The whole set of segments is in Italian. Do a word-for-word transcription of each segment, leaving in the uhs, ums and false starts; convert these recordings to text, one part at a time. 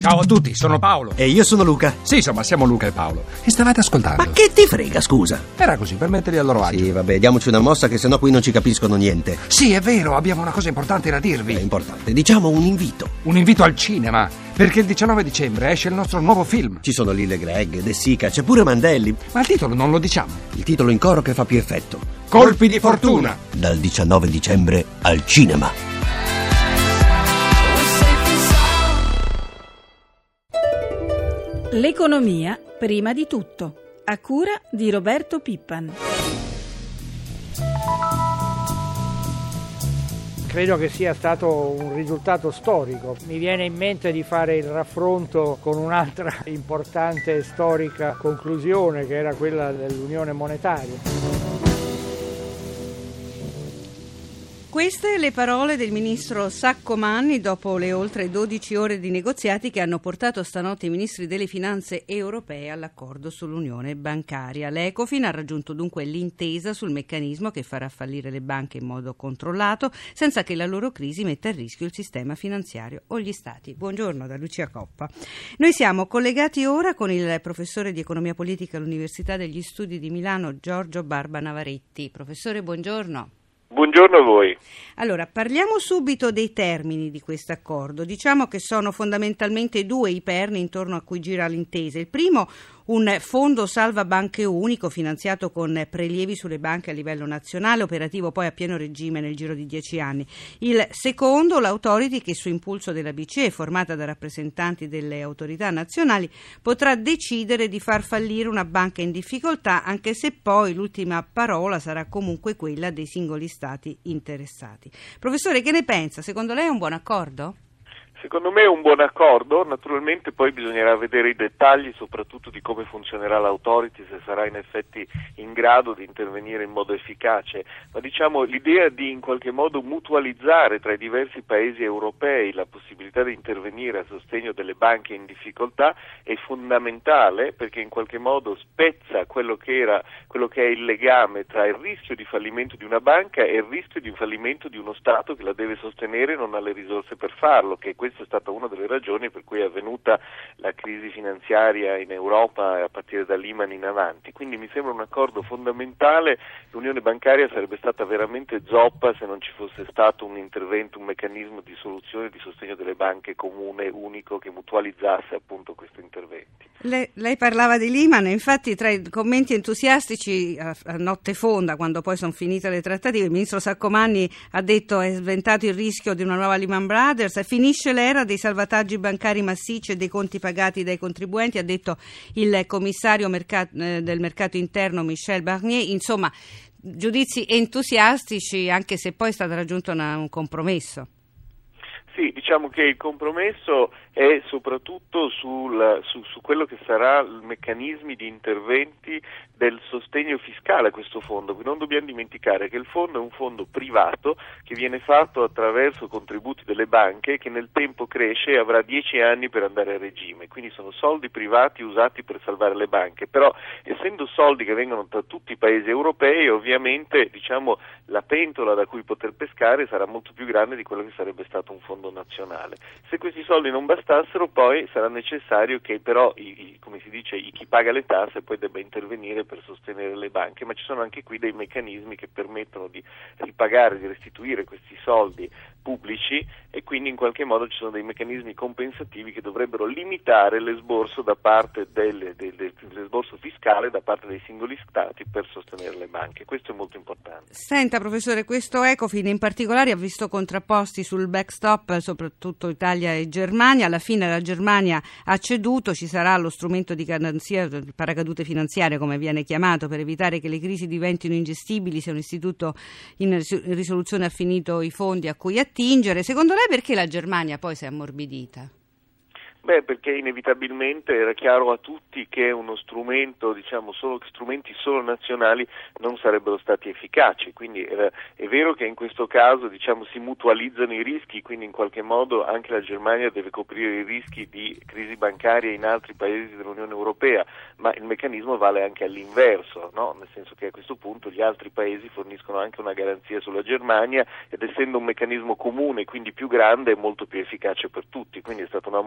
Ciao a tutti, sono Paolo. E io sono Luca. Sì, insomma, siamo Luca e Paolo. E stavate ascoltando. Ma che ti frega, scusa? Era così, per metterli a loro agio. Sì, vabbè, diamoci una mossa che sennò qui non ci capiscono niente. Sì, è vero, abbiamo una cosa importante da dirvi. È importante, diciamo un invito. Un invito al cinema, perché il diciannove dicembre esce il nostro nuovo film. Ci sono Lille Greg, De Sica, c'è pure Mandelli. Ma il titolo non lo diciamo. Il titolo in coro che fa più effetto. Colpi di fortuna. Dal diciannove dicembre al cinema. L'economia prima di tutto, a cura di Roberto Pippan. Credo che sia stato un risultato storico. Mi viene in mente di fare il raffronto con un'altra importante e storica conclusione, che era quella dell'Unione Monetaria. Queste le parole del ministro Saccomanni dopo le oltre dodici ore di negoziati che hanno portato stanotte i ministri delle finanze europee all'accordo sull'unione bancaria. L'Ecofin ha raggiunto dunque l'intesa sul meccanismo che farà fallire le banche in modo controllato senza che la loro crisi metta a rischio il sistema finanziario o gli stati. Buongiorno da Lucia Coppa. Noi siamo collegati ora con il professore di economia politica all'Università degli Studi di Milano Giorgio Barba Navaretti. Professore, buongiorno. Buongiorno a voi. Allora, parliamo subito dei termini di questo accordo. Diciamo che sono fondamentalmente due i perni intorno a cui gira l'intesa. Il primo, un fondo salva banche unico finanziato con prelievi sulle banche a livello nazionale, operativo poi a pieno regime nel giro di dieci anni. Il secondo, l'Authority, che su impulso della B C E, formata da rappresentanti delle autorità nazionali, potrà decidere di far fallire una banca in difficoltà, anche se poi l'ultima parola sarà comunque quella dei singoli stati interessati. Professore, che ne pensa? Secondo lei è un buon accordo? Secondo me è un buon accordo, naturalmente poi bisognerà vedere i dettagli, soprattutto di come funzionerà l'Authority, se sarà in effetti in grado di intervenire in modo efficace, ma diciamo l'idea di in qualche modo mutualizzare tra i diversi paesi europei la possibilità di intervenire a sostegno delle banche in difficoltà è fondamentale, perché in qualche modo spezza quello che era, quello che è il legame tra il rischio di fallimento di una banca e il rischio di fallimento di uno Stato che la deve sostenere e non ha le risorse per farlo, che questo Questa è stata una delle ragioni per cui è avvenuta la crisi finanziaria in Europa a partire da Lehman in avanti. Quindi mi sembra un accordo fondamentale. L'unione bancaria sarebbe stata veramente zoppa se non ci fosse stato un intervento, un meccanismo di soluzione e di sostegno delle banche comune, unico, che mutualizzasse appunto questi interventi. Lei, lei parlava di Lehman, infatti tra i commenti entusiastici a, a notte fonda, quando poi sono finite le trattative, il ministro Saccomanni ha detto è sventato il rischio di una nuova Lehman Brothers, e finisce l'era dei salvataggi bancari massicci e dei conti pagati dai contribuenti, ha detto il commissario mercato, eh, del mercato interno Michel Barnier. Insomma, giudizi entusiastici, anche se poi è stato raggiunto una, un compromesso. Sì, diciamo che il compromesso è soprattutto sul, su, su quello che sarà i meccanismi di interventi del sostegno fiscale a questo fondo. Non dobbiamo dimenticare che il fondo è un fondo privato che viene fatto attraverso contributi delle banche, che nel tempo cresce e avrà dieci anni per andare a regime, quindi sono soldi privati usati per salvare le banche, però essendo soldi che vengono da tutti i paesi europei, ovviamente diciamo la pentola da cui poter pescare sarà molto più grande di quello che sarebbe stato un fondo nazionale. Se questi soldi non bastassero, poi sarà necessario che però i, i, come si dice, i, chi paga le tasse poi debba intervenire per sostenere le banche, ma ci sono anche qui dei meccanismi che permettono di ripagare, di restituire questi soldi pubblici, e quindi in qualche modo ci sono dei meccanismi compensativi che dovrebbero limitare l'esborso da parte delle, de, de, l'esborso fiscale da parte dei singoli stati per sostenere le banche. Questo è molto importante. Senta professore, questo Ecofin in particolare ha visto contrapposti sul backstop soprattutto Italia e Germania. Alla fine la Germania ha ceduto, ci sarà lo strumento di garanzia, il paracadute finanziario come viene chiamato, per evitare che le crisi diventino ingestibili se un istituto in risoluzione ha finito i fondi a cui attingere. Secondo lei perché la Germania poi si è ammorbidita? Beh, perché inevitabilmente era chiaro a tutti che uno strumento, diciamo, solo strumenti solo nazionali non sarebbero stati efficaci, quindi era, è vero che in questo caso, diciamo, si mutualizzano i rischi, quindi in qualche modo anche la Germania deve coprire i rischi di crisi bancaria in altri paesi dell'Unione Europea, ma il meccanismo vale anche all'inverso, no? Nel senso che a questo punto gli altri paesi forniscono anche una garanzia sulla Germania, ed essendo un meccanismo comune, quindi più grande, è molto più efficace per tutti, quindi è stata una mossa di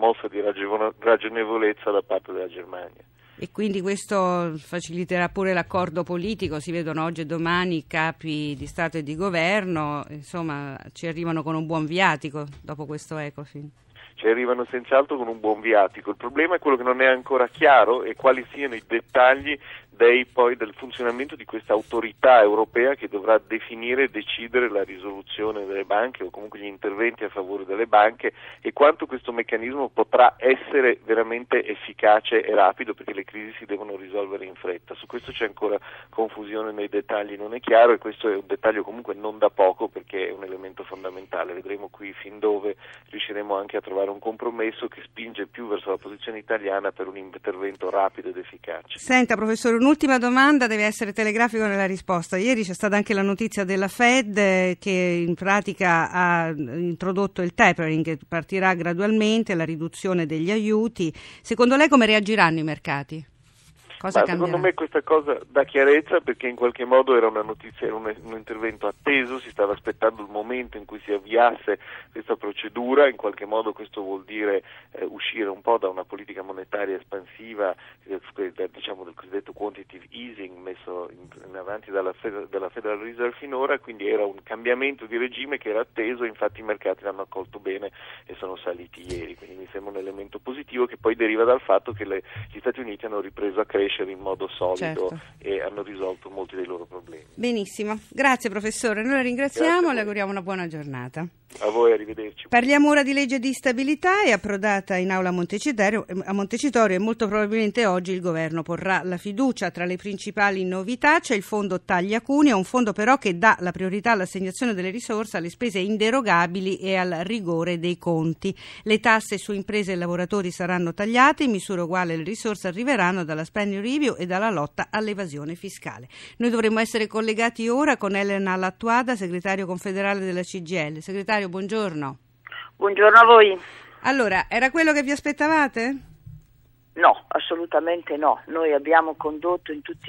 ragionevolezza da parte della Germania. E quindi questo faciliterà pure l'accordo politico, si vedono oggi e domani i capi di Stato e di Governo, insomma ci arrivano con un buon viatico dopo questo Ecofin. Ci arrivano senz'altro con un buon viatico. Il problema è quello che non è ancora chiaro e quali siano i dettagli dei, poi, del funzionamento di questa autorità europea che dovrà definire e decidere la risoluzione delle banche o comunque gli interventi a favore delle banche e quanto questo meccanismo potrà essere veramente efficace e rapido, perché le crisi si devono risolvere in fretta. Su questo c'è ancora confusione nei dettagli, non è chiaro, e questo è un dettaglio comunque non da poco perché è un elemento fondamentale. Vedremo qui fin dove riusciremo anche a trovare un compromesso che spinge più verso la posizione italiana per un intervento rapido ed efficace. Senta professore, un'ultima domanda, deve essere telegrafico nella risposta. Ieri c'è stata anche la notizia della Fed eh, che in pratica ha introdotto il tapering, che partirà gradualmente, la riduzione degli aiuti. Secondo lei come reagiranno i mercati? Cosa Ma secondo me questa cosa dà chiarezza, perché in qualche modo era una notizia, era un, un intervento atteso, si stava aspettando il momento in cui si avviasse questa procedura. In qualche modo questo vuol dire eh, uscire un po' da una politica monetaria espansiva, eh, diciamo del cosiddetto quantitative easing messo in, in avanti dalla, Fed, dalla Federal Reserve finora, quindi era un cambiamento di regime che era atteso, infatti i mercati l'hanno accolto bene e sono saliti ieri, quindi mi sembra un elemento positivo che poi deriva dal fatto che le, gli Stati Uniti hanno ripreso a crescere in modo solido, certo, e hanno risolto molti dei loro problemi. Benissimo, grazie professore, noi la ringraziamo e le auguriamo una buona giornata. A voi, arrivederci. Parliamo ora di legge di stabilità. È approdata in aula a Montecitorio, a Montecitorio e molto probabilmente oggi il governo porrà la fiducia. Tra le principali novità c'è il fondo Taglia Cuneo, un fondo però che dà la priorità all'assegnazione delle risorse alle spese inderogabili e al rigore dei conti. Le tasse su imprese e lavoratori saranno tagliate, in misura uguale le risorse arriveranno dalla spending review e dalla lotta all'evasione fiscale. Noi dovremmo essere collegati ora con Elena Lattuada, segretario confederale della C G I L. Segretario, buongiorno. Buongiorno a voi. Allora, era quello che vi aspettavate? No, assolutamente no. Noi abbiamo condotto in tutte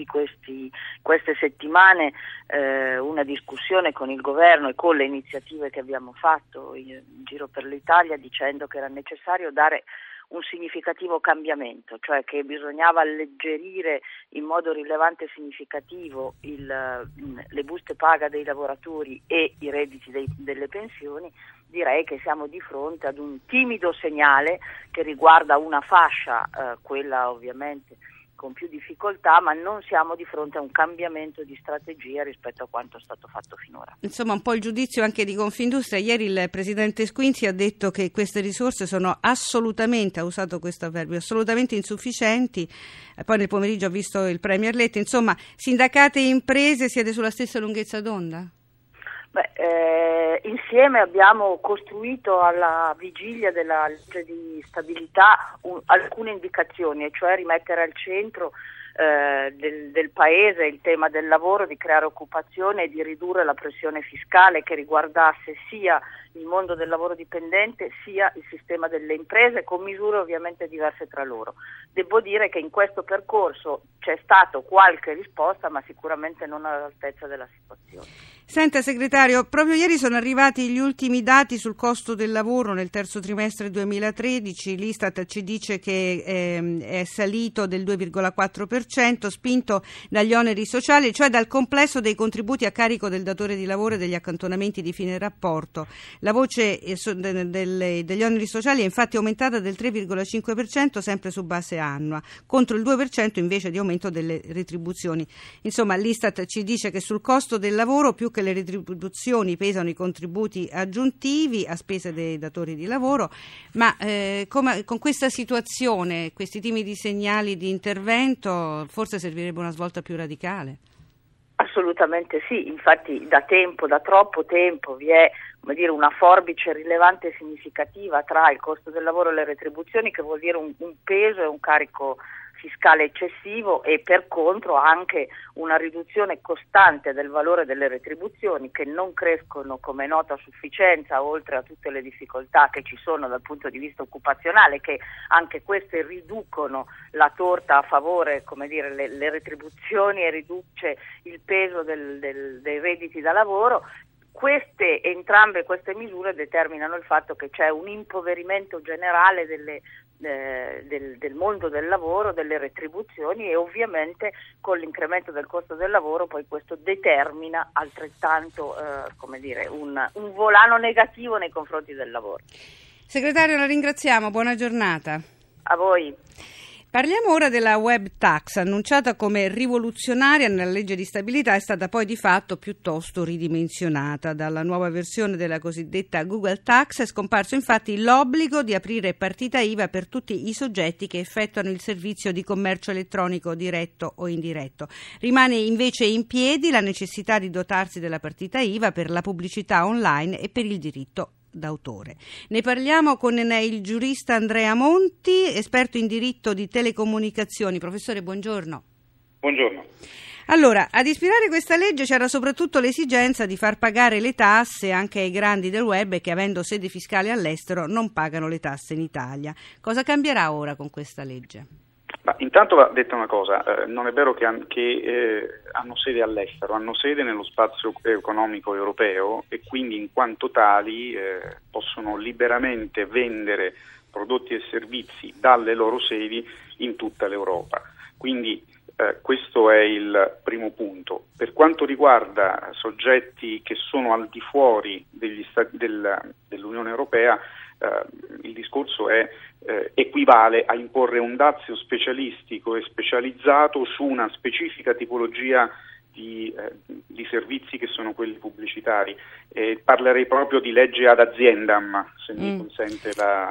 queste settimane eh, una discussione con il governo e con le iniziative che abbiamo fatto in, in giro per l'Italia, dicendo che era necessario dare un significativo cambiamento, cioè che bisognava alleggerire in modo rilevante e significativo il, le buste paga dei lavoratori e i redditi dei, delle pensioni. Direi che siamo di fronte ad un timido segnale che riguarda una fascia, eh, quella ovviamente con più difficoltà, ma non siamo di fronte a un cambiamento di strategia rispetto a quanto è stato fatto finora. Insomma, un po' il giudizio anche di Confindustria. Ieri il presidente Squinzi ha detto che queste risorse sono assolutamente, ha usato questo avverbio, assolutamente insufficienti. E poi nel pomeriggio ha visto il Premier Letta. Insomma, sindacati e imprese, siete sulla stessa lunghezza d'onda? Beh, eh, insieme abbiamo costruito alla vigilia della legge di stabilità un, alcune indicazioni, e cioè rimettere al centro eh, del, del Paese il tema del lavoro, di creare occupazione e di ridurre la pressione fiscale che riguardasse sia il mondo del lavoro dipendente sia il sistema delle imprese, con misure ovviamente diverse tra loro. Devo dire che in questo percorso c'è stato qualche risposta, ma sicuramente non all'altezza della situazione. Senta segretario, proprio ieri sono arrivati gli ultimi dati sul costo del lavoro nel terzo trimestre duemilatredici. L'Istat ci dice che eh, è salito del due virgola quattro per cento, spinto dagli oneri sociali, cioè dal complesso dei contributi a carico del datore di lavoro e degli accantonamenti di fine rapporto. La voce eh, so, de, de, degli oneri sociali è infatti aumentata del tre virgola cinque per cento sempre su base annua, contro il due per cento invece di aumento delle retribuzioni. Insomma, l'Istat ci dice che sul costo del lavoro più che le retribuzioni pesano i contributi aggiuntivi a spese dei datori di lavoro, ma eh, come, con questa situazione, questi timidi segnali di intervento, forse servirebbe una svolta più radicale. Assolutamente sì, infatti da tempo, da troppo tempo vi è, come dire, una forbice rilevante e significativa tra il costo del lavoro e le retribuzioni, che vuol dire un, un peso e un carico fiscale eccessivo, e per contro anche una riduzione costante del valore delle retribuzioni, che non crescono, come è noto, a sufficienza, oltre a tutte le difficoltà che ci sono dal punto di vista occupazionale, che anche queste riducono la torta a favore, come dire, le, le retribuzioni, e riduce il peso del, del, dei redditi da lavoro. Queste, entrambe queste misure determinano il fatto che c'è un impoverimento generale delle eh, del, del mondo del lavoro, delle retribuzioni, e ovviamente con l'incremento del costo del lavoro poi questo determina altrettanto eh, come dire, un, un volano negativo nei confronti del lavoro. Segretario, la ringraziamo, buona giornata. A voi. Parliamo ora della web tax, annunciata come rivoluzionaria nella legge di stabilità, è stata poi di fatto piuttosto ridimensionata. Dalla nuova versione della cosiddetta Google Tax è scomparso infatti l'obbligo di aprire partita I V A per tutti i soggetti che effettuano il servizio di commercio elettronico diretto o indiretto. Rimane invece in piedi la necessità di dotarsi della partita I V A per la pubblicità online e per il diritto d'autore. Ne parliamo con il giurista Andrea Monti, esperto in diritto di telecomunicazioni. Professore, buongiorno. Buongiorno. Allora, ad ispirare questa legge c'era soprattutto l'esigenza di far pagare le tasse anche ai grandi del web che, avendo sede fiscale all'estero, non pagano le tasse in Italia. Cosa cambierà ora con questa legge? Ma intanto va detta una cosa, eh, non è vero che, han, che eh, hanno sede all'estero, hanno sede nello spazio economico europeo e quindi in quanto tali eh, possono liberamente vendere prodotti e servizi dalle loro sedi in tutta l'Europa. Quindi eh, questo è il primo punto. Per quanto riguarda soggetti che sono al di fuori degli stati, del, dell'Unione Europea, eh, il discorso è Eh, equivale a imporre un dazio specialistico e specializzato su una specifica tipologia di, eh, di servizi che sono quelli pubblicitari. Eh, parlerei proprio di legge ad aziendam, se mm. mi consente la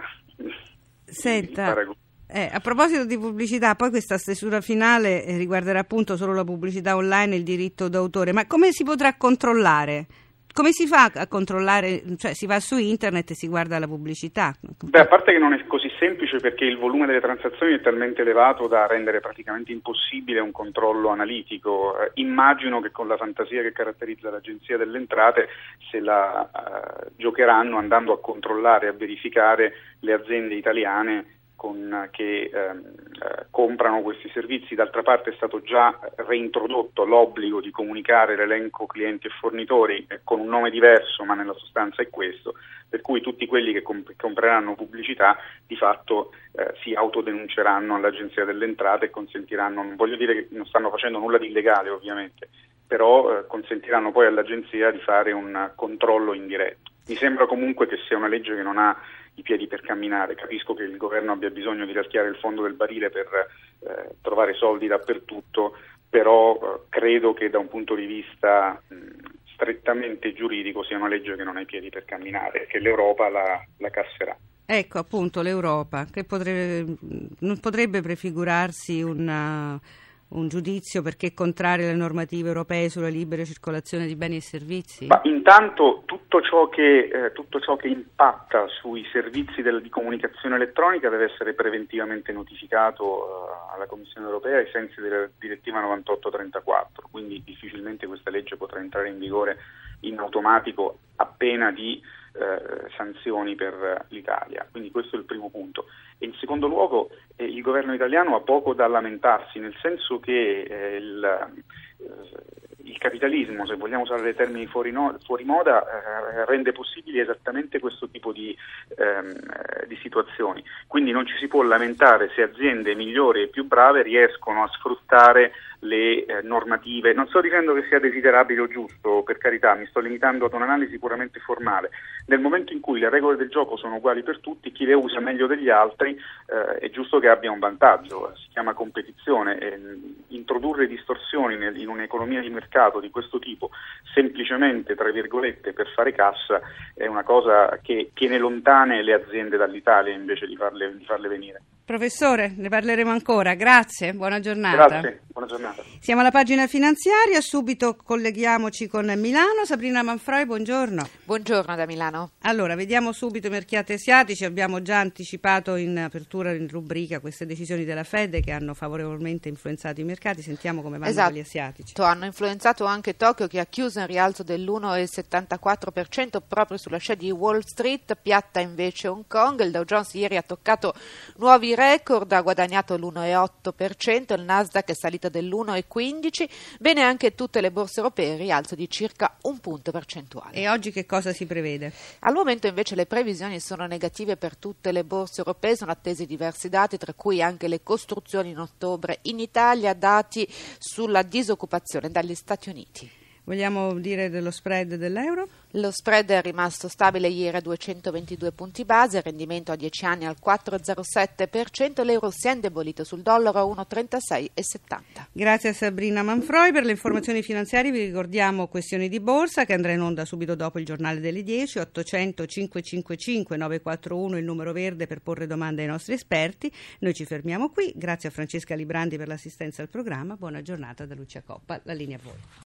Senta, eh, a proposito di pubblicità, poi questa stesura finale riguarderà appunto solo la pubblicità online e il diritto d'autore, ma come si potrà controllare? Come si fa a controllare? Cioè si va su internet e si guarda la pubblicità? Beh, a parte che non è così semplice perché il volume delle transazioni è talmente elevato da rendere praticamente impossibile un controllo analitico. Eh, immagino che con la fantasia che caratterizza l'Agenzia delle Entrate se la eh, giocheranno andando a controllare e a verificare le aziende italiane con, che ehm, eh, comprano questi servizi. D'altra parte è stato già reintrodotto l'obbligo di comunicare l'elenco clienti e fornitori eh, con un nome diverso, ma nella sostanza è questo, per cui tutti quelli che comp- compreranno pubblicità di fatto eh, si autodenunceranno all'Agenzia delle Entrate e consentiranno, non voglio dire che non stanno facendo nulla di illegale ovviamente, però eh, consentiranno poi all'Agenzia di fare un controllo indiretto. Mi sembra comunque che sia una legge che non ha i piedi per camminare. Capisco che il governo abbia bisogno di raschiare il fondo del barile per eh, trovare soldi dappertutto, però eh, credo che da un punto di vista mh, strettamente giuridico sia una legge che non ha i piedi per camminare, che l'Europa la, la casserà. Ecco appunto l'Europa, che potrebbe, non potrebbe prefigurarsi una, un giudizio perché è contrario alle normative europee sulla libera circolazione di beni e servizi? Ma intanto tutto ciò che eh, tutto ciò che impatta sui servizi del, di comunicazione elettronica deve essere preventivamente notificato uh, alla Commissione europea ai sensi della direttiva novantotto trentaquattro, quindi difficilmente questa legge potrà entrare in vigore in automatico appena di eh, sanzioni per l'Italia. Quindi questo è il primo punto. E in secondo luogo eh, il governo italiano ha poco da lamentarsi, nel senso che eh, il, eh, il capitalismo, se vogliamo usare dei termini fuori, no, fuori moda, eh, rende possibili esattamente questo tipo di, ehm, di situazioni. Quindi non ci si può lamentare se aziende migliori e più brave riescono a sfruttare le eh, normative. Non sto dicendo che sia desiderabile o giusto, per carità, mi sto limitando ad un'analisi puramente formale. Nel momento in cui le regole del gioco sono uguali per tutti, chi le usa meglio degli altri eh, è giusto che abbia un vantaggio, si chiama competizione. E, introdurre distorsioni nel, in un'economia di mercato di questo tipo semplicemente, tra virgolette, per fare cassa è una cosa che tiene lontane le aziende dall'Italia invece di farle, di farle venire. Professore, ne parleremo ancora. Grazie, buona giornata. Grazie, buona giornata. Siamo alla pagina finanziaria, subito colleghiamoci con Milano. Sabrina Manfroi, buongiorno. Buongiorno da Milano. Allora, vediamo subito i mercati asiatici. Abbiamo già anticipato in apertura in rubrica queste decisioni della Fed che hanno favorevolmente influenzato i mercati. Sentiamo come vanno esatto. gli asiatici. Hanno influenzato anche Tokyo, che ha chiuso in rialzo dell'uno virgola settantaquattro per cento proprio sulla scia di Wall Street, piatta invece Hong Kong. Il Dow Jones ieri ha toccato nuovi record, ha guadagnato l'uno virgola otto per cento, il Nasdaq è salito dell'uno virgola quindici, bene anche tutte le borse europee, rialzo di circa un punto percentuale. E oggi che cosa si prevede? Al momento invece le previsioni sono negative per tutte le borse europee, sono attesi diversi dati, tra cui anche le costruzioni in ottobre in Italia, dati sulla disoccupazione dagli Stati Uniti. Vogliamo dire dello spread dell'euro? Lo spread è rimasto stabile ieri a duecentoventidue punti base, il rendimento a dieci anni al quattro virgola zero sette per cento, l'euro si è indebolito sul dollaro a uno virgola trentasei settanta. Grazie a Sabrina Manfroi per le informazioni finanziarie. Vi ricordiamo Questioni di Borsa, che andrà in onda subito dopo il giornale delle dieci. Ottocento cinquecentocinquantacinque novecentoquarantuno il numero verde per porre domande ai nostri esperti. Noi ci fermiamo qui. Grazie a Francesca Librandi per l'assistenza al programma. Buona giornata da Lucia Coppa. La linea a voi.